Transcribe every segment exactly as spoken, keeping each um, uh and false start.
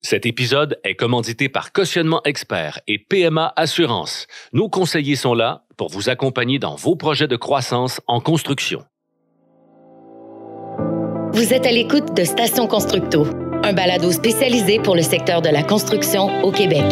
Cet épisode est commandité par Cautionnement Expert et P M A Assurance. Nos conseillers sont là pour vous accompagner dans vos projets de croissance en construction. Vous êtes à l'écoute de Station Constructo, un balado spécialisé pour le secteur de la construction au Québec.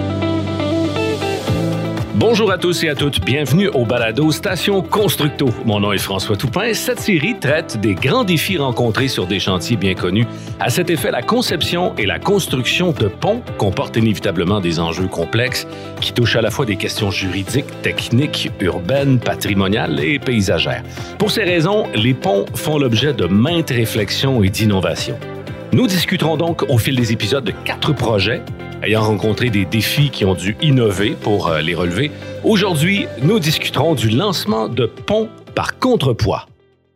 Bonjour à tous et à toutes, bienvenue au balado Station Constructo. Mon nom est François Toupin. Cette série traite des grands défis rencontrés sur des chantiers bien connus. À cet effet, la conception et la construction de ponts comportent inévitablement des enjeux complexes qui touchent à la fois des questions juridiques, techniques, urbaines, patrimoniales et paysagères. Pour ces raisons, les ponts font l'objet de maintes réflexions et d'innovations. Nous discuterons donc au fil des épisodes de quatre projets ayant rencontré des défis qui ont dû innover pour euh, les relever. Aujourd'hui, nous discuterons du lancement de ponts par contrepoids.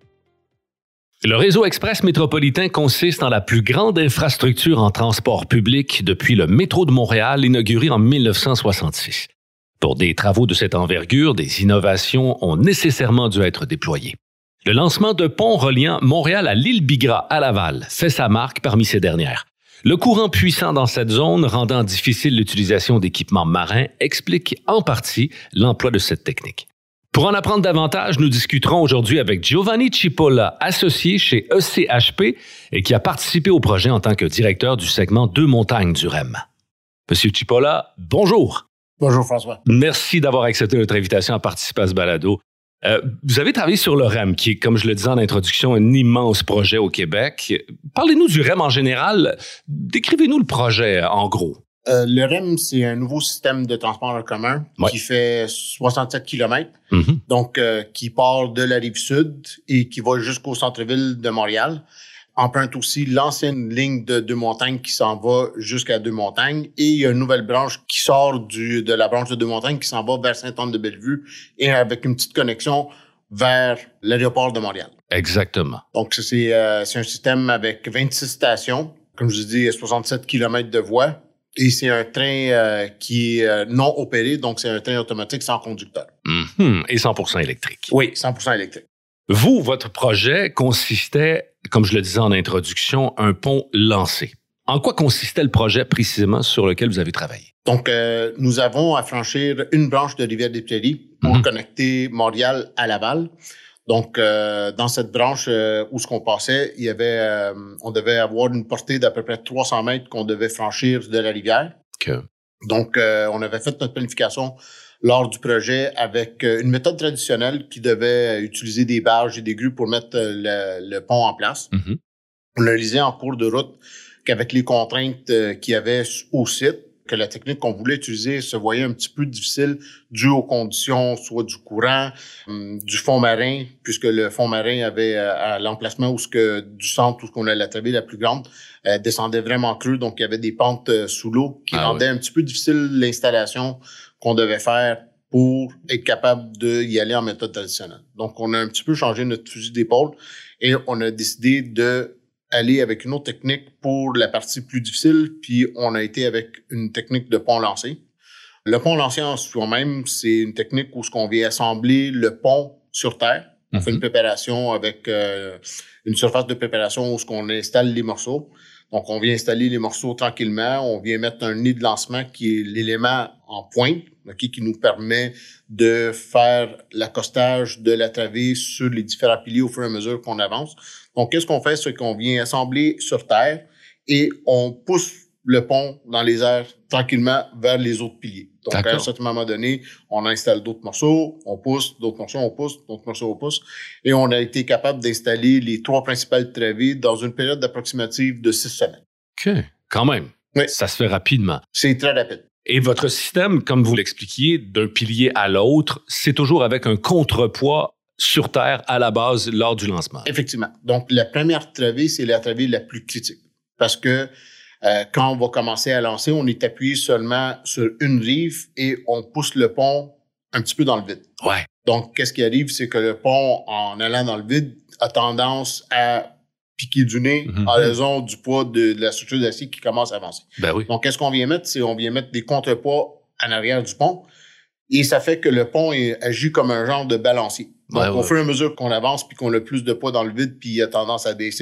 Le réseau express métropolitain consiste en la plus grande infrastructure en transport public depuis le métro de Montréal, inauguré en mille neuf cent soixante-six. Pour des travaux de cette envergure, des innovations ont nécessairement dû être déployées. Le lancement de ponts reliant Montréal à l'île Bigra à Laval fait sa marque parmi ces dernières. Le courant puissant dans cette zone, rendant difficile l'utilisation d'équipements marins, explique en partie l'emploi de cette technique. Pour en apprendre davantage, nous discuterons aujourd'hui avec Giovanni Cipolla, associé chez E C H P et qui a participé au projet en tant que directeur du segment Deux Montagnes du R E M. Monsieur Cipolla, bonjour. Bonjour François. Merci d'avoir accepté notre invitation à participer à ce balado. Euh, vous avez travaillé sur le R E M, qui est, comme je le disais en introduction, un immense projet au Québec. Parlez-nous du R E M en général. Décrivez-nous le projet, en gros. Euh, le R E M, c'est un nouveau système de transport en commun ouais. qui fait soixante-sept kilomètres, mm-hmm. donc euh, qui part de la Rive-Sud et qui va jusqu'au centre-ville de Montréal. Emprunte aussi l'ancienne ligne de Deux-Montagnes qui s'en va jusqu'à Deux-Montagnes. Et il y a une nouvelle branche qui sort du de la branche de Deux-Montagnes qui s'en va vers Sainte-Anne-de-Bellevue et avec une petite connexion vers l'aéroport de Montréal. Exactement. Donc, c'est, euh, c'est un système avec vingt-six stations, comme je dis, soixante-sept kilomètres de voies. Et c'est un train euh, qui est euh, non opéré, donc c'est un train automatique sans conducteur. Mm-hmm. Et cent pour cent électrique. Oui, cent pour cent électrique. Vous, votre projet consistait, comme je le disais en introduction, un pont lancé. En quoi consistait le projet précisément sur lequel vous avez travaillé? Donc, euh, nous avons à franchir une branche de Rivière-des-Prairies pour mm-hmm. connecter Montréal à Laval. Donc, euh, dans cette branche euh, où ce qu'on passait, il y avait, euh, on devait avoir une portée d'à peu près trois cents mètres qu'on devait franchir de la rivière. Okay. Donc, euh, on avait fait notre planification lors du projet avec une méthode traditionnelle qui devait utiliser des barges et des grues pour mettre le, le pont en place. Mm-hmm. On a réalisé en cours de route qu'avec les contraintes qu'il y avait au site, que la technique qu'on voulait utiliser se voyait un petit peu difficile dû aux conditions, soit du courant, du fond marin, puisque le fond marin avait à l'emplacement où ce que du centre où ce qu'on a la travée la plus grande euh, descendait vraiment creux, donc il y avait des pentes euh, sous l'eau qui ah, rendaient oui. un petit peu difficile l'installation qu'on devait faire pour être capable d'y aller en méthode traditionnelle. Donc, on a un petit peu changé notre fusil d'épaule et on a décidé de aller avec une autre technique pour la partie plus difficile, puis on a été avec une technique de pont lancé. Le pont lancé en soi-même, c'est une technique où ce qu'on vient assembler le pont sur terre. On mm-hmm. fait une préparation avec euh, une surface de préparation où ce qu'on installe les morceaux. Donc, on vient installer les morceaux tranquillement. On vient mettre un nid de lancement qui est l'élément en pointe, okay, qui nous permet de faire l'accostage de la travée sur les différents piliers au fur et à mesure qu'on avance. Donc, qu'est-ce qu'on fait? C'est qu'on vient assembler sur terre et on pousse le pont dans les airs tranquillement vers les autres piliers. Donc, D'accord. à un certain moment donné, on installe d'autres morceaux, on pousse, d'autres morceaux, on pousse, d'autres morceaux, on pousse. Et on a été capable d'installer les trois principales travées dans une période approximative de six semaines. OK, quand même. Oui. Ça se fait rapidement. C'est très rapide. Et votre système, comme vous l'expliquiez, d'un pilier à l'autre, c'est toujours avec un contrepoids sur terre à la base lors du lancement. Effectivement. Donc, la première travée, c'est la travée la plus critique. Parce que Euh, quand on va commencer à lancer, on est appuyé seulement sur une rive et on pousse le pont un petit peu dans le vide. Ouais. Donc, qu'est-ce qui arrive? C'est que le pont, en allant dans le vide, a tendance à piquer du nez mm-hmm. en raison du poids de, de la structure d'acier qui commence à avancer. Ben oui. Donc, qu'est-ce qu'on vient mettre? C'est on vient mettre des contrepoids en arrière du pont et ça fait que le pont est, agit comme un genre de balancier. Donc, ouais, ouais. au fur et à mesure qu'on avance puis qu'on a plus de poids dans le vide puis il a tendance à baisser,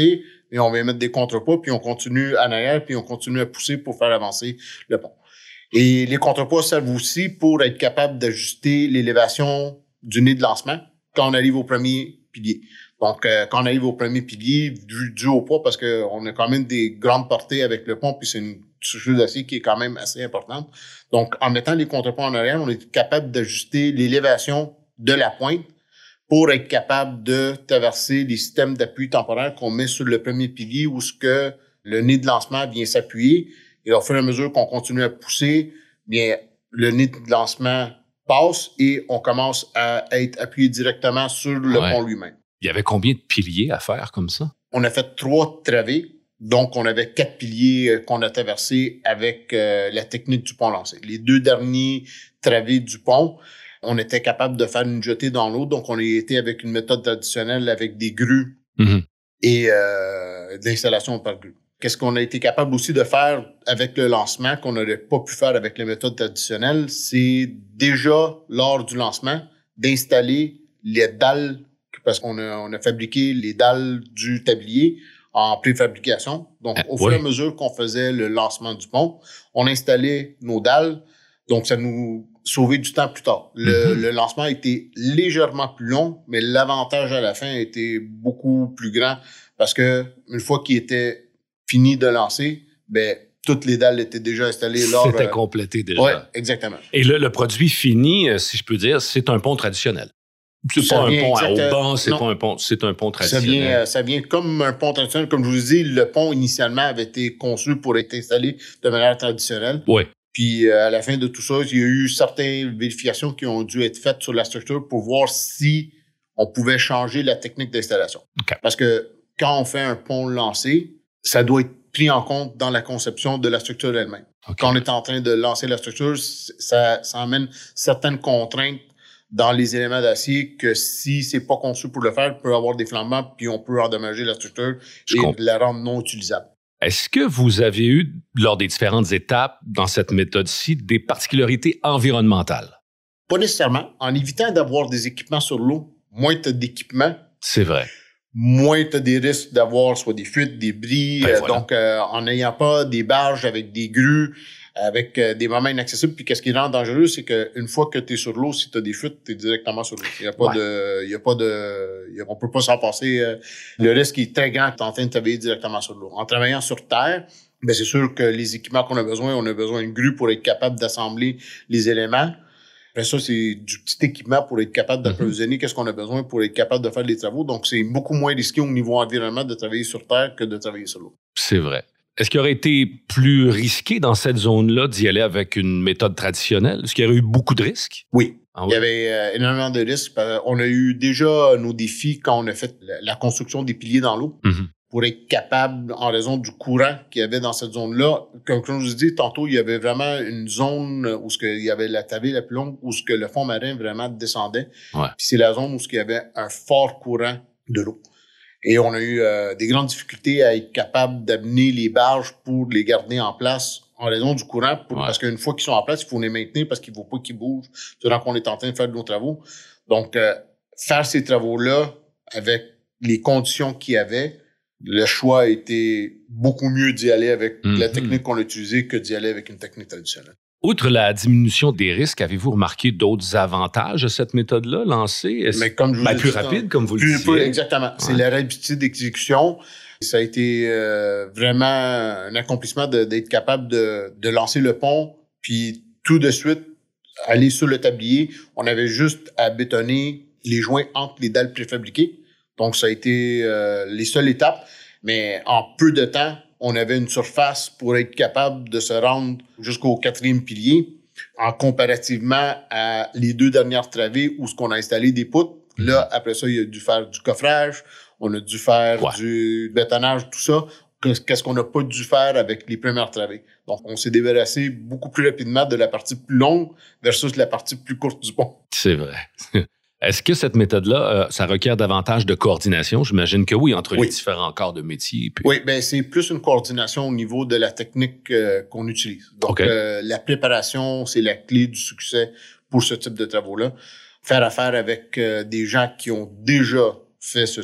et on vient mettre des contrepoids, puis on continue en arrière, puis on continue à pousser pour faire avancer le pont. Et les contrepoids servent aussi pour être capable d'ajuster l'élévation du nez de lancement quand on arrive au premier pilier. Donc, euh, quand on arrive au premier pilier, dû, dû au poids, parce qu'on a quand même des grandes portées avec le pont, puis c'est une structure d'acier qui est quand même assez importante. Donc, en mettant les contrepoids en arrière, on est capable d'ajuster l'élévation de la pointe pour être capable de traverser les systèmes d'appui temporaire qu'on met sur le premier pilier où ce que le nez de lancement vient s'appuyer. Et au fur et à mesure qu'on continue à pousser, bien, le nez de lancement passe et on commence à être appuyé directement sur le ouais. pont lui-même. Il y avait combien de piliers à faire comme ça? On a fait trois travées. Donc, on avait quatre piliers qu'on a traversés avec euh, la technique du pont lancé. Les deux derniers travées du pont, on était capable de faire une jetée dans l'eau. Donc, on a été avec une méthode traditionnelle avec des grues mm-hmm. et euh, de l'installation par grue. Qu'est-ce qu'on a été capable aussi de faire avec le lancement qu'on n'aurait pas pu faire avec les méthodes traditionnelles? C'est déjà, lors du lancement, d'installer les dalles, parce qu'on a, on a fabriqué les dalles du tablier en préfabrication. Donc, ah, au fur et à mesure qu'on faisait le lancement du pont, on installait nos dalles. Donc, ça nous sauvait du temps plus tard. Le, mm-hmm. le lancement a été légèrement plus long, mais l'avantage à la fin était beaucoup plus grand parce que une fois qu'il était fini de lancer, ben toutes les dalles étaient déjà installées. Lors, C'était euh, complété déjà. Oui, exactement. Et le, le produit fini, si je peux dire, c'est un pont traditionnel. C'est ça pas un pont à haut banc, c'est non. pas un pont, c'est un pont traditionnel. Ça vient, ça vient comme un pont traditionnel. Comme je vous dis, le pont initialement avait été conçu pour être installé de manière traditionnelle. Oui. Puis à la fin de tout ça, il y a eu certaines vérifications qui ont dû être faites sur la structure pour voir si on pouvait changer la technique d'installation. Okay. Parce que quand on fait un pont lancé, ça doit être pris en compte dans la conception de la structure elle-même. Okay. Quand on est en train de lancer la structure, ça, ça amène certaines contraintes dans les éléments d'acier que si c'est pas conçu pour le faire, il peut avoir des flambements puis on peut endommager la structure Je et comprends. la rendre non utilisable. Est-ce que vous avez eu, lors des différentes étapes dans cette méthode-ci, des particularités environnementales? Pas nécessairement. En évitant d'avoir des équipements sur l'eau, moins tu as d'équipements. C'est vrai. Moins tu as des risques d'avoir soit des fuites, des bris. Ben, euh, voilà. Donc, euh, en n'ayant pas des barges avec des grues, avec euh, des moments inaccessibles. Puis qu'est-ce qui rend dangereux, c'est qu'une fois que tu es sur l'eau, si tu as des fuites, tu es directement sur l'eau. Il y a pas ouais. de... Il y a pas de... Y a, on peut pas s'en passer. Euh, le risque est très grand que tu es en train de travailler directement sur l'eau. En travaillant sur terre, ben c'est sûr que les équipements qu'on a besoin, on a besoin d'une grue pour être capable d'assembler les éléments. Après ça, c'est du petit équipement pour être capable d'approvisionner. Mm-hmm. Qu'est-ce qu'on a besoin pour être capable de faire des travaux. Donc, c'est beaucoup moins risqué au niveau environnement de travailler sur terre que de travailler sur l'eau. C'est vrai. Est-ce qu'il aurait été plus risqué dans cette zone-là d'y aller avec une méthode traditionnelle? Est-ce qu'il y aurait eu beaucoup de risques? Oui. Ah ouais. Il y avait euh, énormément de risques. On a eu déjà nos défis quand on a fait la, la construction des piliers dans l'eau. Mm-hmm. Pour être capable, en raison du courant qu'il y avait dans cette zone-là. Comme, comme je vous dis tantôt, il y avait vraiment une zone où ce que, il y avait la tavée la plus longue, où ce que le fond marin vraiment descendait. Ouais. Puis c'est la zone où ce qu'il y avait un fort courant de l'eau. Et on a eu euh, des grandes difficultés à être capable d'amener les barges pour les garder en place en raison du courant. Pour, ouais. Parce qu'une fois qu'ils sont en place, il faut les maintenir parce qu'il ne faut pas qu'ils bougent durant qu'on est en train de faire de nos travaux. Donc, euh, faire ces travaux-là avec les conditions qu'il y avait, le choix a été beaucoup mieux d'y aller avec mm-hmm. la technique qu'on a utilisée que d'y aller avec une technique traditionnelle. Outre la diminution des risques, avez-vous remarqué d'autres avantages de cette méthode-là lancée? Mais comme je vous ben, plus dit, rapide, comme vous plus, le disiez. Plus, exactement. Ouais. C'est la rapidité d'exécution. Ça a été euh, vraiment un accomplissement de, d'être capable de, de lancer le pont, puis tout de suite aller sur le tablier. On avait juste à bétonner les joints entre les dalles préfabriquées. Donc, ça a été euh, les seules étapes. Mais en peu de temps, on avait une surface pour être capable de se rendre jusqu'au quatrième pilier, en comparativement à les deux dernières travées où ce qu'on a installé des poutres. Mm-hmm. Là, après ça, il a dû faire du coffrage, on a dû faire ouais. du bétonnage, tout ça. Qu'est-ce qu'on n'a pas dû faire avec les premières travées. Donc, on s'est débarrassé beaucoup plus rapidement de la partie plus longue versus la partie plus courte du pont. C'est vrai. Est-ce que cette méthode-là, euh, ça requiert davantage de coordination? J'imagine que oui, entre oui. les différents corps de métier. Puis... Oui, bien, c'est plus une coordination au niveau de la technique euh, qu'on utilise. Donc, okay. euh, la préparation, c'est la clé du succès pour ce type de travaux-là. Faire affaire avec euh, des gens qui ont déjà fait ce type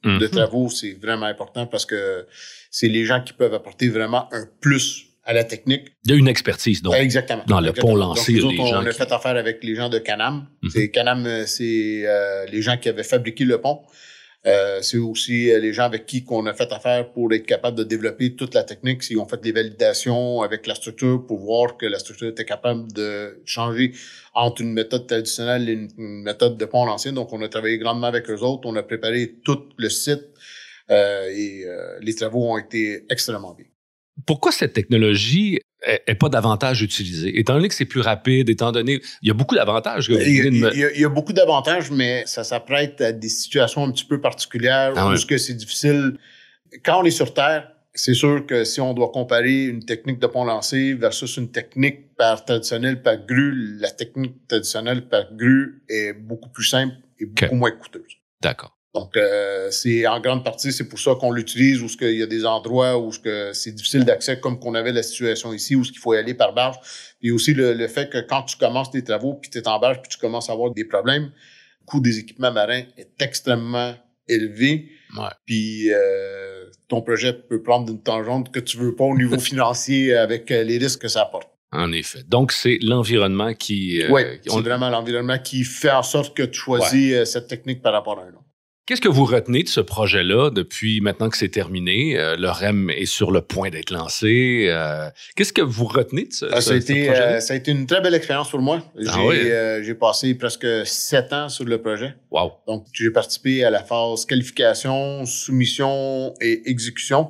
mm-hmm. de travaux, c'est vraiment important parce que c'est les gens qui peuvent apporter vraiment un plus à la technique. Il y a une expertise, donc. Exactement. Dans le Exactement. pont lancé, donc, nous les autres, gens on a qui... fait affaire avec les gens de Canam. Mm-hmm. C'est Canam, c'est euh, les gens qui avaient fabriqué le pont. Euh, c'est aussi euh, les gens avec qui qu'on a fait affaire pour être capable de développer toute la technique. Ils ont fait des validations avec la structure pour voir que la structure était capable de changer entre une méthode traditionnelle et une, une méthode de pont lancé. Donc, on a travaillé grandement avec eux autres. On a préparé tout le site euh, et euh, les travaux ont été extrêmement bien. Pourquoi cette technologie n'est pas davantage utilisée? Étant donné que c'est plus rapide, étant donné... Il y a beaucoup d'avantages. Que vous il, y a, me... il, y a, il y a beaucoup d'avantages, mais ça s'apprête à des situations un petit peu particulières ah où ouais. que c'est difficile. Quand on est sur Terre, c'est sûr que si on doit comparer une technique de pont lancé versus une technique par traditionnelle par grue, la technique traditionnelle par grue est beaucoup plus simple et beaucoup okay. moins coûteuse. D'accord. Donc, euh, c'est en grande partie, c'est pour ça qu'on l'utilise, où il y a des endroits où c'est difficile d'accès, comme qu'on avait la situation ici, où il faut y aller par barge. Et aussi le, le fait que quand tu commences tes travaux, puis tu es en barge, puis tu commences à avoir des problèmes, le coût des équipements marins est extrêmement élevé. Ouais. Puis euh, ton projet peut prendre une tangente que tu veux pas au niveau financier avec les risques que ça apporte. En effet. Donc, c'est l'environnement qui... Euh, oui, c'est on... vraiment l'environnement qui fait en sorte que tu choisis ouais. cette technique par rapport à un autre. Qu'est-ce que vous retenez de ce projet-là depuis maintenant que c'est terminé? Euh, le R E M est sur le point d'être lancé. Euh, qu'est-ce que vous retenez de ce, ça, ce, a été, ce projet-là? Euh, ça a été une très belle expérience pour moi. Ah j'ai, oui? euh, j'ai passé presque sept ans sur le projet. Wow. Donc, j'ai participé à la phase qualification, soumission et exécution.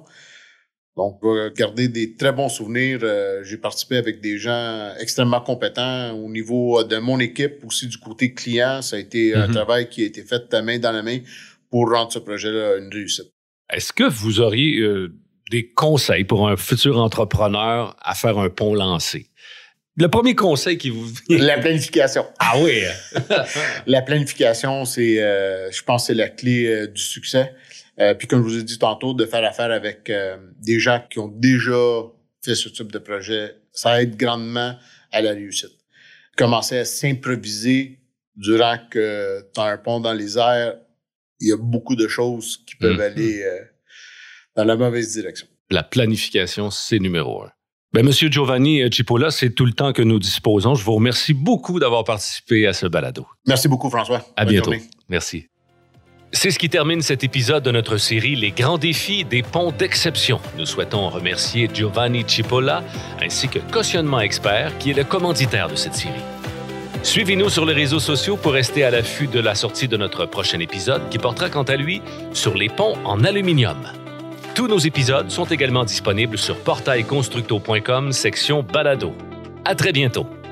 Donc, pour garder des très bons souvenirs, euh, j'ai participé avec des gens extrêmement compétents au niveau de mon équipe, aussi du côté client. Ça a été mm-hmm. un travail qui a été fait main dans la main pour rendre ce projet-là une réussite. Est-ce que vous auriez euh, des conseils pour un futur entrepreneur à faire un pont lancé? Le premier conseil qui vous vient... La planification. Ah oui? La planification, c'est, euh, je pense, c'est la clé euh, du succès. Euh, puis comme je vous ai dit tantôt, de faire affaire avec euh, des gens qui ont déjà fait ce type de projet, ça aide grandement à la réussite. Commencer à s'improviser durant que tu as un pont dans les airs, il y a beaucoup de choses qui peuvent mmh. aller euh, dans la mauvaise direction. La planification, c'est numéro un. Ben, Monsieur Giovanni Cipolla, c'est tout le temps que nous disposons. Je vous remercie beaucoup d'avoir participé à ce balado. Merci beaucoup, François. À Bonne bientôt. journée. Merci. C'est ce qui termine cet épisode de notre série Les grands défis des ponts d'exception. Nous souhaitons remercier Giovanni Cipolla ainsi que Cautionnement Expert, qui est le commanditaire de cette série. Suivez-nous sur les réseaux sociaux pour rester à l'affût de la sortie de notre prochain épisode qui portera quant à lui sur les ponts en aluminium. Tous nos épisodes sont également disponibles sur portail constructo point com, section balado. À très bientôt.